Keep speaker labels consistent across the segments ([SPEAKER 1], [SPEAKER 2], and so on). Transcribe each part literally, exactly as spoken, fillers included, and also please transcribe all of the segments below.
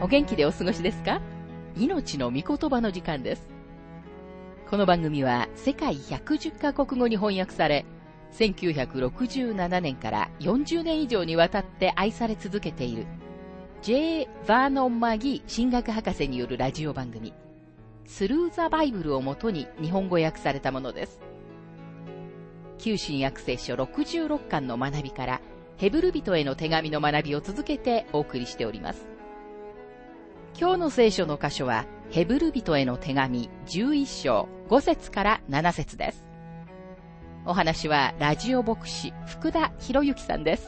[SPEAKER 1] お元気でお過ごしですか？命の御言葉の時間です。この番組は世界ひゃくじゅっカ国語に翻訳され、せんきゅうひゃくろくじゅうななねんからよんじゅうねん以上にわたって愛され続けている ジェイ・ヴァーノン・マギ神学博士によるラジオ番組スルー・ザ・バイブルをもとに日本語訳されたものです。旧新約聖書ろくじゅうろっかんの学びからヘブル人への手紙の学びを続けてお送りしております。今日の聖書の箇所はヘブル人への手紙じゅういっしょうごせつからななせつです。お話はラジオ牧師福田博之さんです。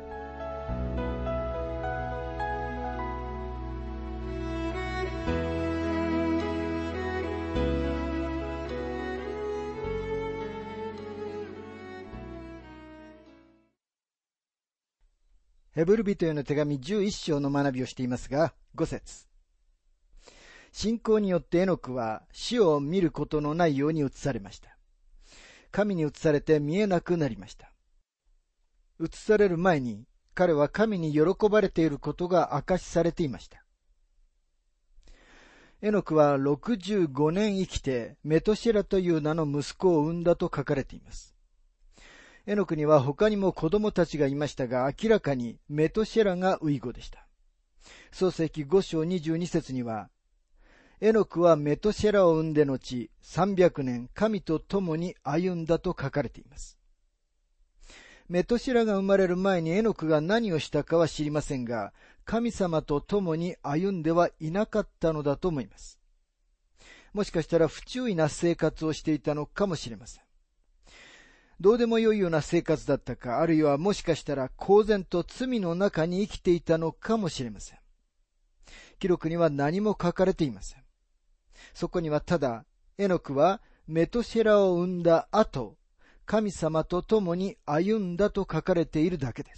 [SPEAKER 2] ヘブル人への手紙じゅういっしょうの学びをしていますが、ごせつ。信仰によってエノクは死を見ることのないように移されました。神に移されて見えなくなりました。移される前に彼は神に喜ばれていることが証しされていました。エノクはろくじゅうごねん生きてメトシェラという名の息子を産んだと書かれています。エノクには他にも子供たちがいましたが、明らかにメトシェラが遺語でした。創世記ごしょうにじゅうにせつには、エノクはメトシェラを産んで後、さんびゃくねん神と共に歩んだと書かれています。メトシェラが生まれる前にエノクが何をしたかは知りませんが、神様と共に歩んではいなかったのだと思います。もしかしたら不注意な生活をしていたのかもしれません。どうでもよいような生活だったか、あるいはもしかしたら公然と罪の中に生きていたのかもしれません。記録には何も書かれていません。そこにはただ、エノクはメトシェラを生んだ後、神様と共に歩んだと書かれているだけです。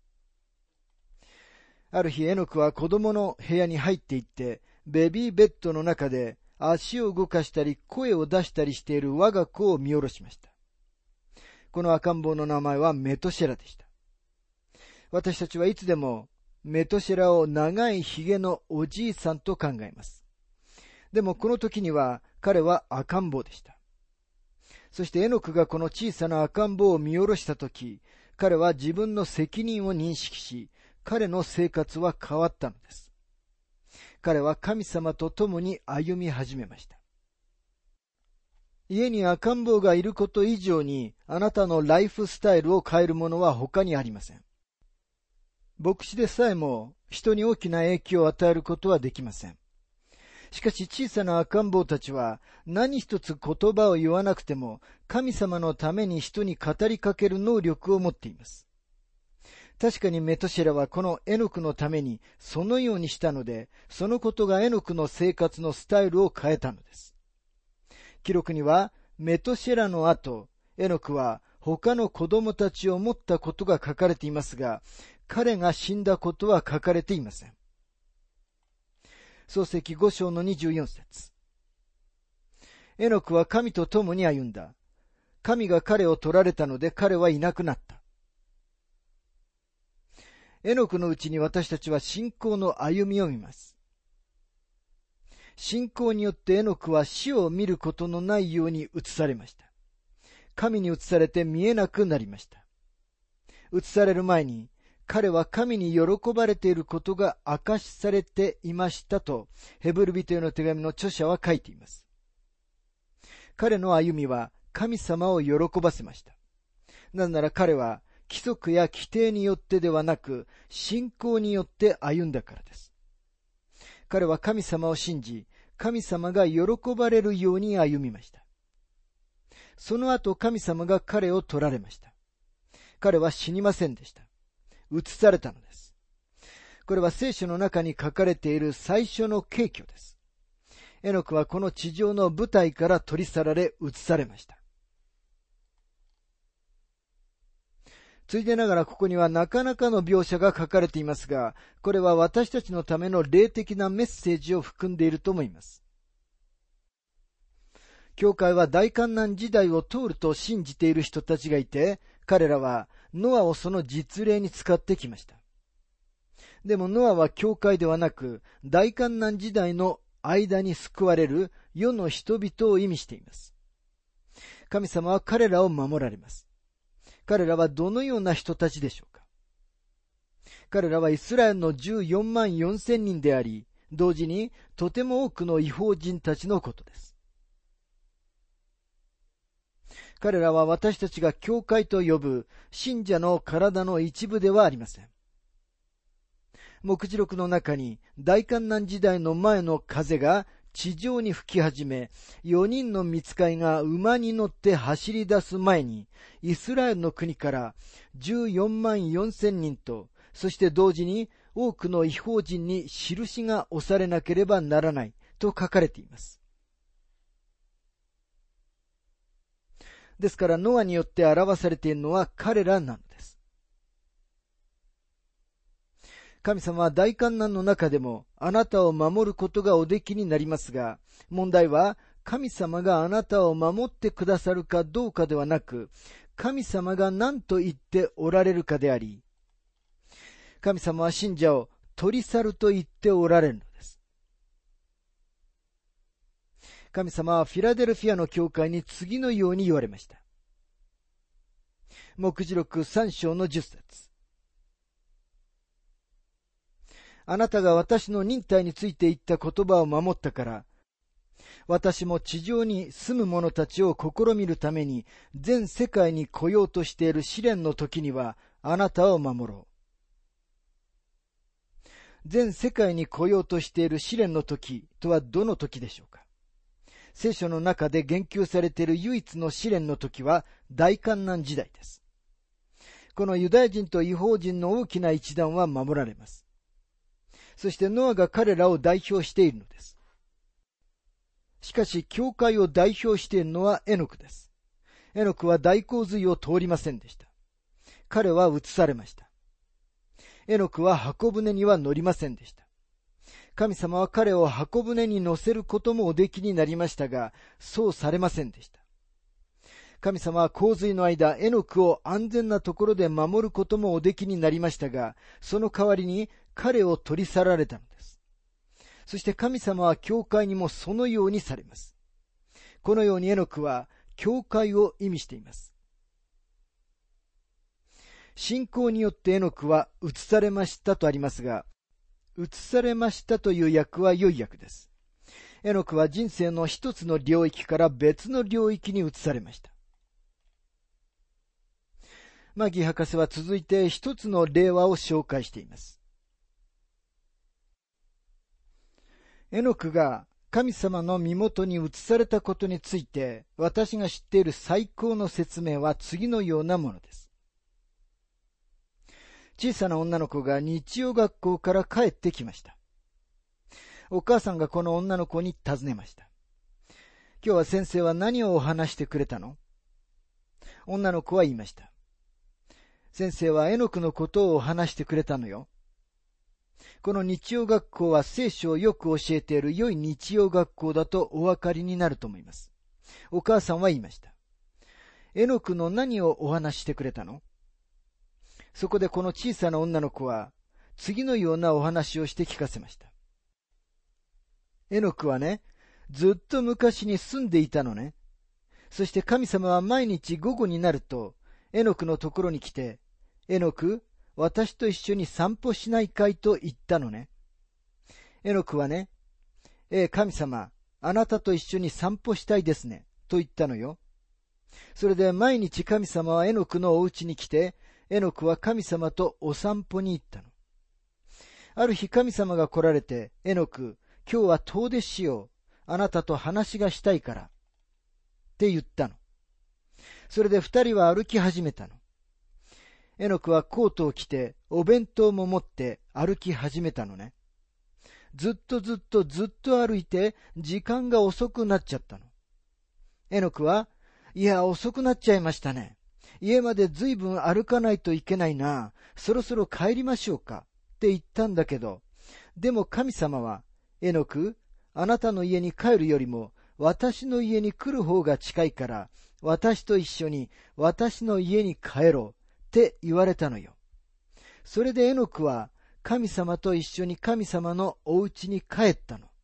[SPEAKER 2] ある日、エノクは子供の部屋に入っていって、ベビーベッドの中で足を動かしたり声を出したりしている我が子を見下ろしました。この赤ん坊の名前はメトシェラでした。私たちはいつでもメトシェラを長いひげのおじいさんと考えます。でもこの時には彼は赤ん坊でした。そしてエノクがこの小さな赤ん坊を見下ろした時、彼は自分の責任を認識し、彼の生活は変わったのです。彼は神様と共に歩み始めました。家に赤ん坊がいること以上に、あなたのライフスタイルを変えるものは他にありません。牧師でさえも人に大きな影響を与えることはできません。しかし小さな赤ん坊たちは何一つ言葉を言わなくても神様のために人に語りかける能力を持っています。確かにメトシェラはこのエノクのためにそのようにしたので、そのことがエノクの生活のスタイルを変えたのです。記録にはメトシェラの後、エノクは他の子供たちを持ったことが書かれていますが、彼が死んだことは書かれていません。創世記ごしょうのにじゅうよんせつ。エノクは神と共に歩んだ。神が彼を取られたので彼はいなくなった。エノクのうちに私たちは信仰の歩みを見ます。信仰によってエノクは死を見ることのないように移されました。神に移されて見えなくなりました。移される前に彼は神に喜ばれていることが証しされていましたと、ヘブル人への手紙の著者は書いています。彼の歩みは神様を喜ばせました。なぜなら彼は規則や規定によってではなく、信仰によって歩んだからです。彼は神様を信じ、神様が喜ばれるように歩みました。その後神様が彼を取られました。彼は死にませんでした。移されたのです。これは聖書の中に書かれている最初の景挙です。エノクはこの地上の舞台から取り去られ移されました。ついでながらここにはなかなかの描写が書かれていますが、これは私たちのための霊的なメッセージを含んでいると思います。教会は大患難時代を通ると信じている人たちがいて、彼らはノアをその実例に使ってきました。 でもノアは教会ではなく、大観難時代の間に救われる世の人々を意味しています。神様は彼らを守られます。彼らはどのような人たちでしょうか。彼らはイスラエルのじゅうよんまんよんせんにんであり、同時にとても多くの異邦人たちのことです。彼らは私たちが教会と呼ぶ信者の体の一部ではありません。黙示録の中に大観難時代の前の風が地上に吹き始め、よにんの御使いが馬に乗って走り出す前に、イスラエルの国からじゅうよんまんよんせんにんと、そして同時に多くの異邦人に印が押されなければならないと書かれています。ですからノアによって表されているのは彼らなのです。神様は大観難の中でもあなたを守ることがおできになりますが、問題は神様があなたを守ってくださるかどうかではなく、神様が何と言っておられるかであり、神様は信者を取り去ると言っておられるのです。神様はフィラデルフィアの教会に次のように言われました。黙示録さん章のじゅっ節。あなたが私の忍耐について言った言葉を守ったから、私も地上に住む者たちを試みるために全世界に来ようとしている試練の時にはあなたを守ろう。全世界に来ようとしている試練の時とはどの時でしょうか。聖書の中で言及されている唯一の試練の時は大観難時代です。このユダヤ人と異邦人の大きな一団は守られます。そしてノアが彼らを代表しているのです。しかし教会を代表しているのはエノクです。エノクは大洪水を通りませんでした。彼は移されました。エノクは箱舟には乗りませんでした。神様は彼を箱舟に乗せることもおできになりましたが、そうされませんでした。神様は洪水の間、エノクを安全なところで守ることもおできになりましたが、その代わりに彼を取り去られたのです。そして神様は教会にもそのようにされます。このようにエノクは教会を意味しています。信仰によってエノクは移されましたとありますが、移されましたという訳は良い訳です。エノクは人生の一つの領域から別の領域に移されました。マギー博士は続いて一つの例話を紹介しています。エノクが神様の身元に移されたことについて、私が知っている最高の説明は次のようなものです。小さな女の子が日曜学校から帰ってきました。お母さんがこの女の子に尋ねました。今日は先生は何をお話してくれたの？女の子は言いました。先生はエノクのことをお話してくれたのよ。この日曜学校は聖書をよく教えている良い日曜学校だとお分かりになると思います。お母さんは言いました。エノクの何をお話してくれたの？そこでこの小さな女の子は次のようなお話をして聞かせました。エノクはね、ずっと昔に住んでいたのね。そして神様は毎日午後になるとエノクのところに来て、エノク、私と一緒に散歩しないかいと言ったのね。エノクはね、ええ、神様、あなたと一緒に散歩したいですね、と言ったのよ。それで毎日神様はエノクのお家に来て、エノクは神様とお散歩に行ったの。ある日神様が来られて、エノク、今日は遠出しよう。あなたと話がしたいから。って言ったの。それで二人は歩き始めたの。エノクはコートを着て、お弁当も持って歩き始めたのね。ずっとずっとずっと歩いて、時間が遅くなっちゃったの。エノクは、いや、遅くなっちゃいましたね。家までずいぶん歩かないといけないな。そろそろ帰りましょうか。って言ったんだけど、でも神様は、エノク、あなたの家に帰るよりも、私の家に来る方が近いから、私と一緒に私の家に帰ろうって言われたのよ。それでエノクは神様と一緒に神様のお家に帰ったの。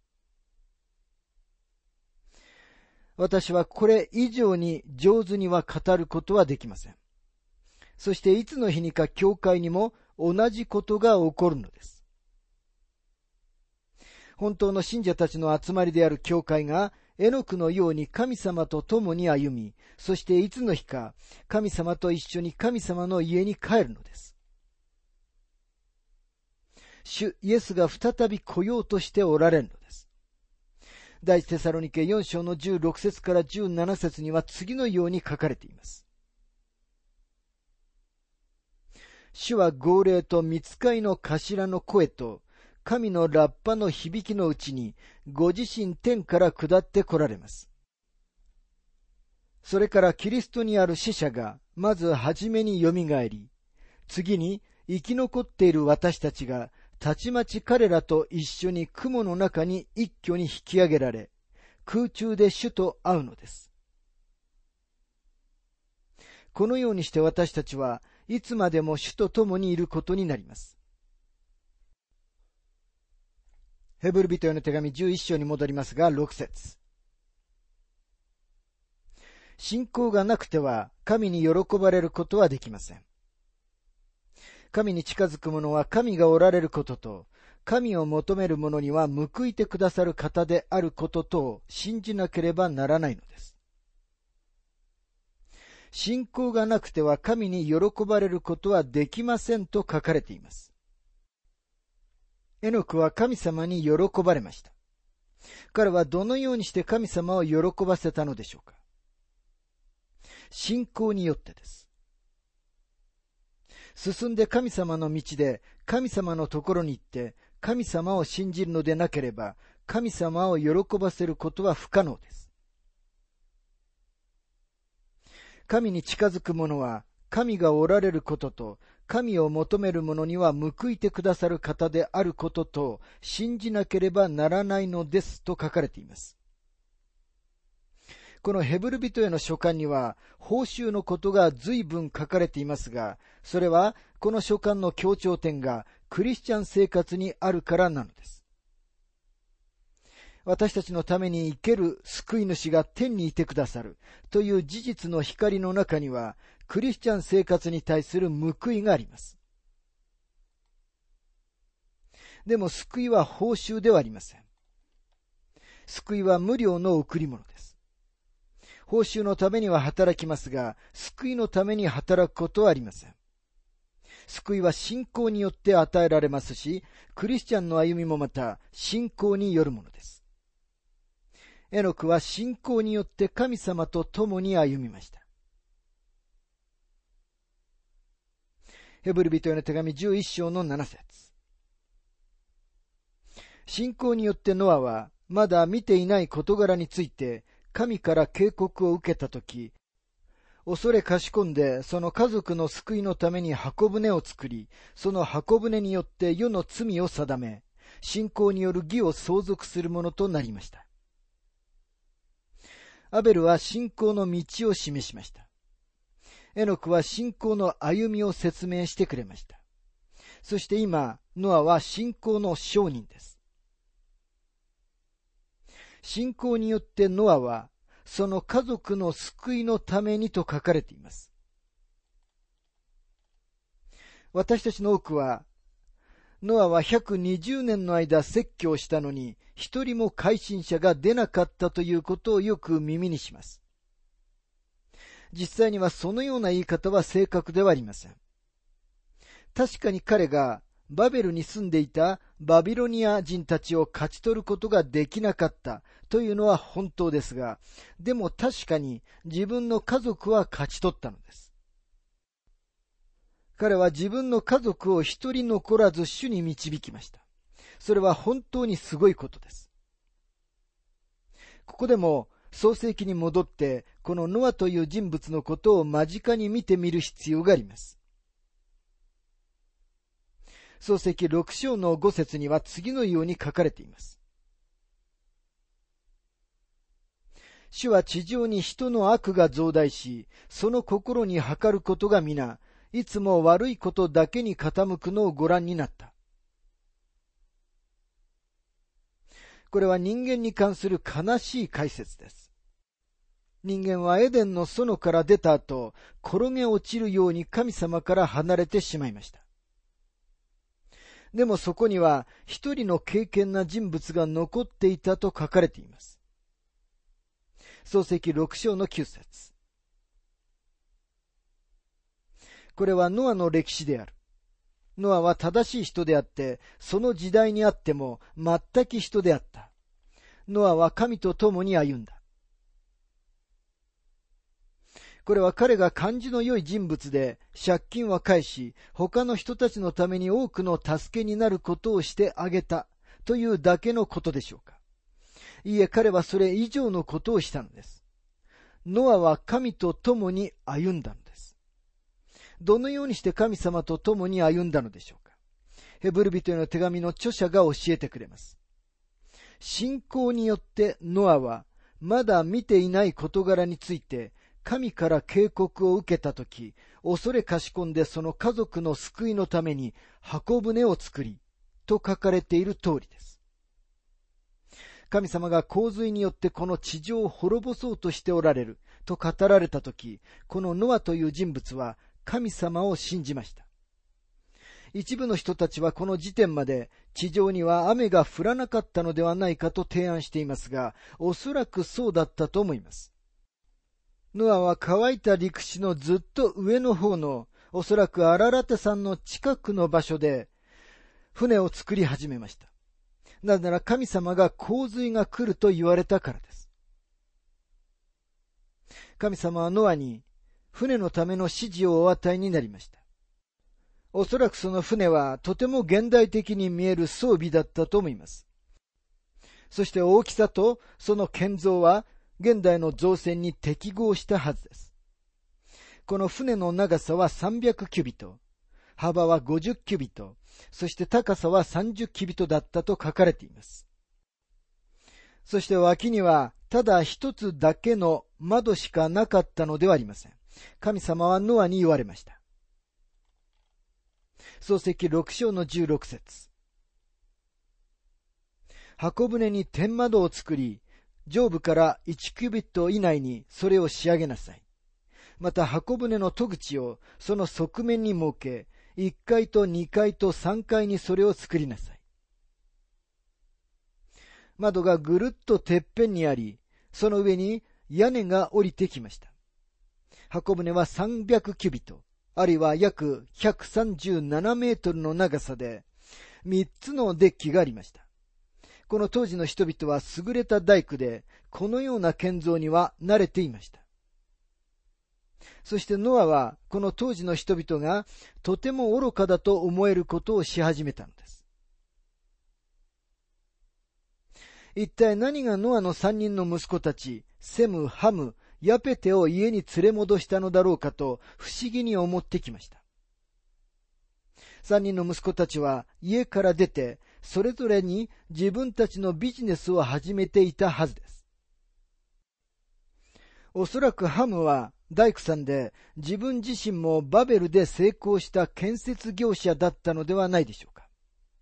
[SPEAKER 2] 私はこれ以上に上手には語ることはできません。そしていつの日にか教会にも同じことが起こるのです。本当の信者たちの集まりである教会がエノクのように神様と共に歩み、そしていつの日か神様と一緒に神様の家に帰るのです。主イエスが再び来ようとしておられるのです。第一テサロニケよん章のじゅうろく節からじゅうなな節には次のように書かれています。主は号令と御使いの頭の声と神のラッパの響きのうちにご自身天から下って来られます。それからキリストにある死者がまずはじめによみがえり、次に生き残っている私たちがたちまち彼らと一緒に雲の中に一挙に引き上げられ、空中で主と会うのです。このようにして私たちはいつまでも主と共にいることになります。ヘブル人への手紙じゅういち章に戻りますが、ろく節。信仰がなくては神に喜ばれることはできません。神に近づく者は神がおられることと、神を求める者には報いてくださる方であることとを信じなければならないのです。信仰がなくては神に喜ばれることはできませんと書かれています。エノクは神様に喜ばれました。彼はどのようにして神様を喜ばせたのでしょうか。信仰によってです。進んで神様の道で神様のところに行って神様を信じるのでなければ神様を喜ばせることは不可能です。神に近づく者は神がおられることと神を求める者には報いてくださる方であることと信じなければならないのですと書かれています。このヘブル人への書簡には報酬のことが随分書かれていますが、それはこの書簡の強調点がクリスチャン生活にあるからなのです。私たちのために生ける救い主が天にいてくださるという事実の光の中にはクリスチャン生活に対する報いがあります。でも救いは報酬ではありません。救いは無料の贈り物です。報酬のためには働きますが、救いのために働くことはありません。救いは信仰によって与えられますし、クリスチャンの歩みもまた信仰によるものです。エノクは信仰によって神様と共に歩みました。ヘブル人への手紙じゅういち章のなな節。信仰によってノアはまだ見ていない事柄について神から警告を受けたとき、恐れかしこんでその家族の救いのために箱舟を作り、その箱舟によって世の罪を定め、信仰による義を相続するものとなりました。アベルは信仰の道を示しました。エノクは信仰の歩みを説明してくれました。そして今、ノアは信仰の証人です。信仰によってノアはその家族の救いのためにと書かれています。私たちの多くは、ノアはひゃくにじゅうねんの間説教したのに一人も改心者が出なかったということをよく耳にします。実際にはそのような言い方は正確ではありません。確かに彼がバベルに住んでいたバビロニア人たちを勝ち取ることができなかったというのは本当ですが、でも確かに自分の家族は勝ち取ったのです。彼は自分の家族を一人残らず主に導きました。それは本当にすごいことです。ここでも創世記に戻ってこのノアという人物のことを間近に見てみる必要があります。創世記ろく章のご節には次のように書かれています。主は地上に人の悪が増大し、その心に計ることが皆、いつも悪いことだけに傾くのをご覧になった。 これは人間に関する悲しい解説です。人間はエデンの園から出た後、転げ落ちるように神様から離れてしまいました。でもそこには一人の敬虔な人物が残っていたと書かれています。創世記ろく章のきゅう節。これはノアの歴史である。ノアは正しい人であって、その時代にあっても全く人であった。ノアは神と共に歩んだ。これは彼が感じの良い人物で、借金は返し、他の人たちのために多くの助けになることをしてあげたというだけのことでしょうか。いいえ、彼はそれ以上のことをしたのです。ノアは神と共に歩んだのです。どのようにして神様と共に歩んだのでしょうか。ヘブル人への手紙の著者が教えてくれます。信仰によってノアはまだ見ていない事柄について神から警告を受けたとき、恐れかしこんでその家族の救いのために箱舟を作り、と書かれている通りです。神様が洪水によってこの地上を滅ぼそうとしておられると語られたとき、このノアという人物は神様を信じました。一部の人たちはこの時点まで地上には雨が降らなかったのではないかと提案していますが、おそらくそうだったと思います。ノアは乾いた陸地のずっと上の方の、おそらくアララテ山の近くの場所で船を作り始めました。なぜなら神様が洪水が来ると言われたからです。神様はノアに船のための指示をお与えになりました。おそらくその船はとても現代的に見える装備だったと思います。そして大きさとその建造は現代の造船に適合したはずです。この船の長さはさんびゃくキュビト、幅はごじゅっキュビト、そして高さはさんじゅっキュビトだったと書かれています。そして脇にはただ一つだけの窓しかなかったのではありません。神様はノアに言われました。創世記ろく章のじゅうろく節。箱舟に天窓を作り、上部からいちキュビット以内にそれを仕上げなさい。また箱舟の戸口をその側面に設け、いっかいとにかいとさんかいにそれを作りなさい。窓がぐるっとてっぺんにあり、その上に屋根が降りてきました。箱舟はさんびゃくキュビット、あるいは約ひゃくさんじゅうななメートルの長さで、みっつのデッキがありました。この当時の人々は優れた大工で、このような建造には慣れていました。そしてノアは、この当時の人々がとても愚かだと思えることをし始めたのです。一体何がノアの三人の息子たち、セム、ハム、ヤペテを家に連れ戻したのだろうかと不思議に思ってきました。三人の息子たちは家から出て、それぞれに自分たちのビジネスを始めていたはずです。おそらくハムは大工さんで、自分自身もバベルで成功した建設業者だったのではないでしょうか。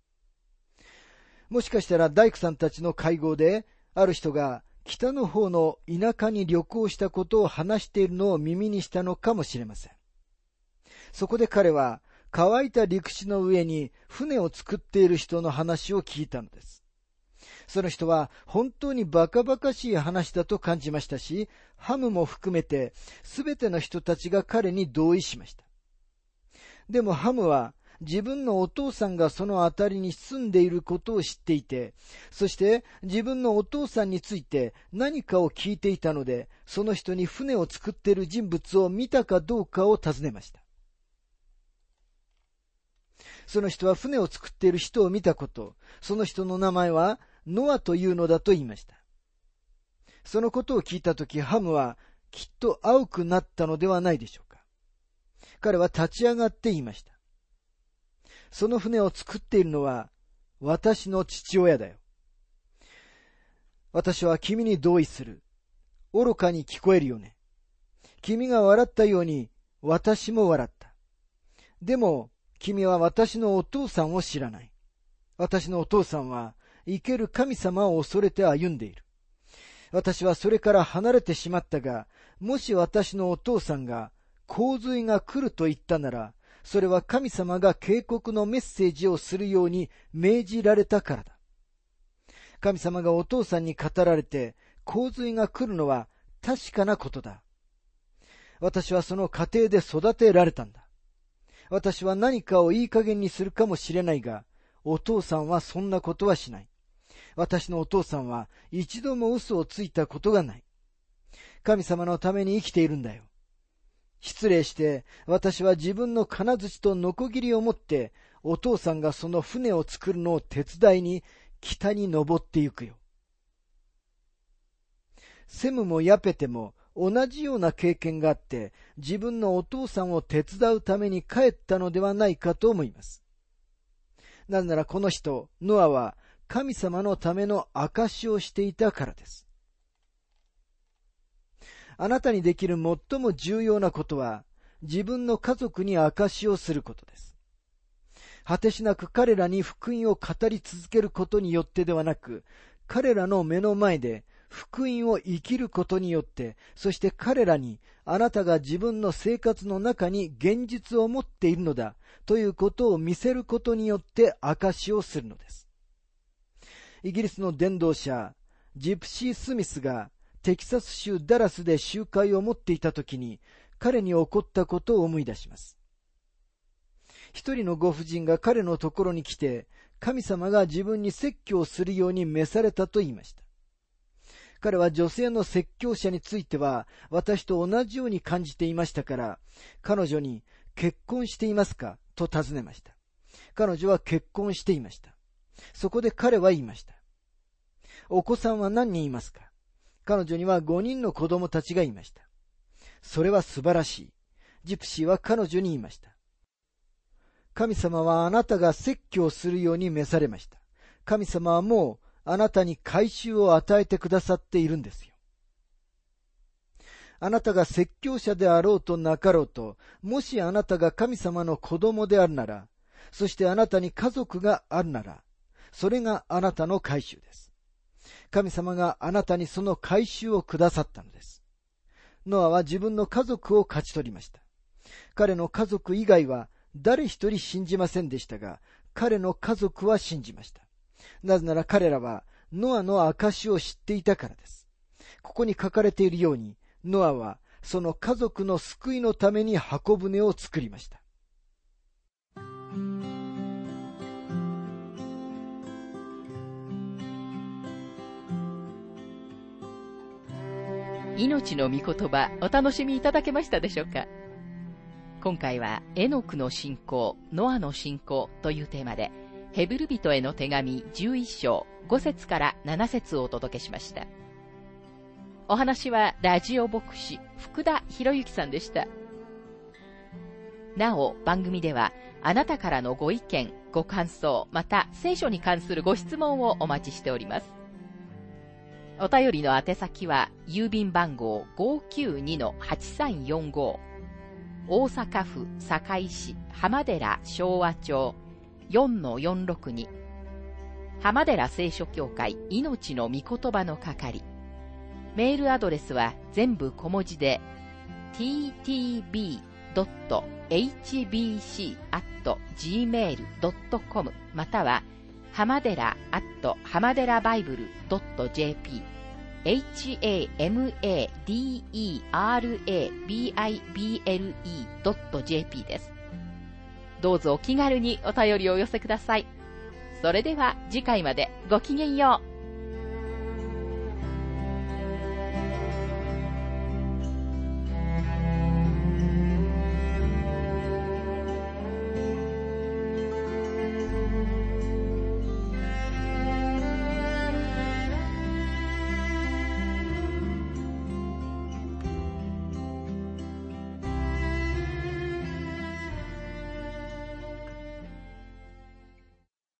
[SPEAKER 2] もしかしたら大工さんたちの会合で、ある人が北の方の田舎に旅行したことを話しているのを耳にしたのかもしれません。そこで彼は、乾いた陸地の上に船を作っている人の話を聞いたのです。その人は本当にバカバカしい話だと感じましたし、ハムも含めてすべての人たちが彼に同意しました。でもハムは自分のお父さんがその辺りに住んでいることを知っていて、そして自分のお父さんについて何かを聞いていたので、その人に船を作っている人物を見たかどうかを尋ねました。その人は船を作っている人を見たこと、その人の名前はノアというのだと言いました。そのことを聞いたとき、ハムはきっと青くなったのではないでしょうか。彼は立ち上がって言いました。その船を作っているのは私の父親だよ。私は君に同意する。愚かに聞こえるよね。君が笑ったように私も笑った。でも君は私のお父さんを知らない。私のお父さんは生ける神様を恐れて歩んでいる。私はそれから離れてしまったが、もし私のお父さんが洪水が来ると言ったなら、それは神様が警告のメッセージをするように命じられたからだ。神様がお父さんに語られて、洪水が来るのは確かなことだ。私はその過程で育てられたんだ。私は何かをいい加減にするかもしれないが、お父さんはそんなことはしない。私のお父さんは一度も嘘をついたことがない。神様のために生きているんだよ。失礼して、私は自分の金槌とノコギリを持って、お父さんがその船を作るのを手伝いに北に登ってゆくよ。セムもヤペテも同じような経験があって、自分のお父さんを手伝うために帰ったのではないかと思います。なぜならこの人、ノアは神様のための証しをしていたからです。あなたにできる最も重要なことは、自分の家族に証しをすることです。果てしなく彼らに福音を語り続けることによってではなく、彼らの目の前で福音を生きることによって、そして彼らにあなたが自分の生活の中に現実を持っているのだということを見せることによって証しをするのです。イギリスの伝道者ジプシー・スミスがテキサス州ダラスで集会を持っていたときに、彼に起こったことを思い出します。一人のご婦人が彼のところに来て、神様が自分に説教するように召されたと言いました。彼は女性の説教者については私と同じように感じていましたから、彼女に結婚していますかと尋ねました。彼女は結婚していました。そこで彼は言いました。お子さんは何人いますか？彼女にはごにんの子供たちがいました。それは素晴らしい。ジプシーは彼女に言いました。神様はあなたが説教するように召されました。神様はもうあなたに改宗を与えてくださっているんですよ。あなたが説教者であろうとなかろうと、もしあなたが神様の子供であるなら、そしてあなたに家族があるなら、それがあなたの改宗です。神様があなたにその改宗をくださったのです。ノアは自分の家族を勝ち取りました。彼の家族以外は誰一人信じませんでしたが、彼の家族は信じました。なぜなら彼らはノアの証を知っていたからです。ここに書かれているように、ノアはその家族の救いのために箱舟を作りました。
[SPEAKER 1] 命の御言葉、お楽しみいただけましたでしょうか。今回はエノクの信仰、ノアの信仰というテーマで、ヘブル人への手紙じゅういっ章ご節からなな節をお届けしました。お話はラジオ牧師福田博之さんでした。なお番組ではあなたからのご意見、ご感想、また聖書に関するご質問をお待ちしております。お便りの宛先は郵便番号 ごーきゅうにのはちさんよんご、大阪府堺市浜寺昭和町 よんのよんろくに、浜寺聖書協会命の御言葉の係。メールアドレスは全部小文字で ティーティービードットエイチビーシーアットジーメールドットコム または浜寺アット浜寺バイブルドットジェーピー エイチエーエムエーディーイーアールエービーアイビーエルイードットジェーピー です。どうぞお気軽にお便りをお寄せください。それでは次回までごきげんよう。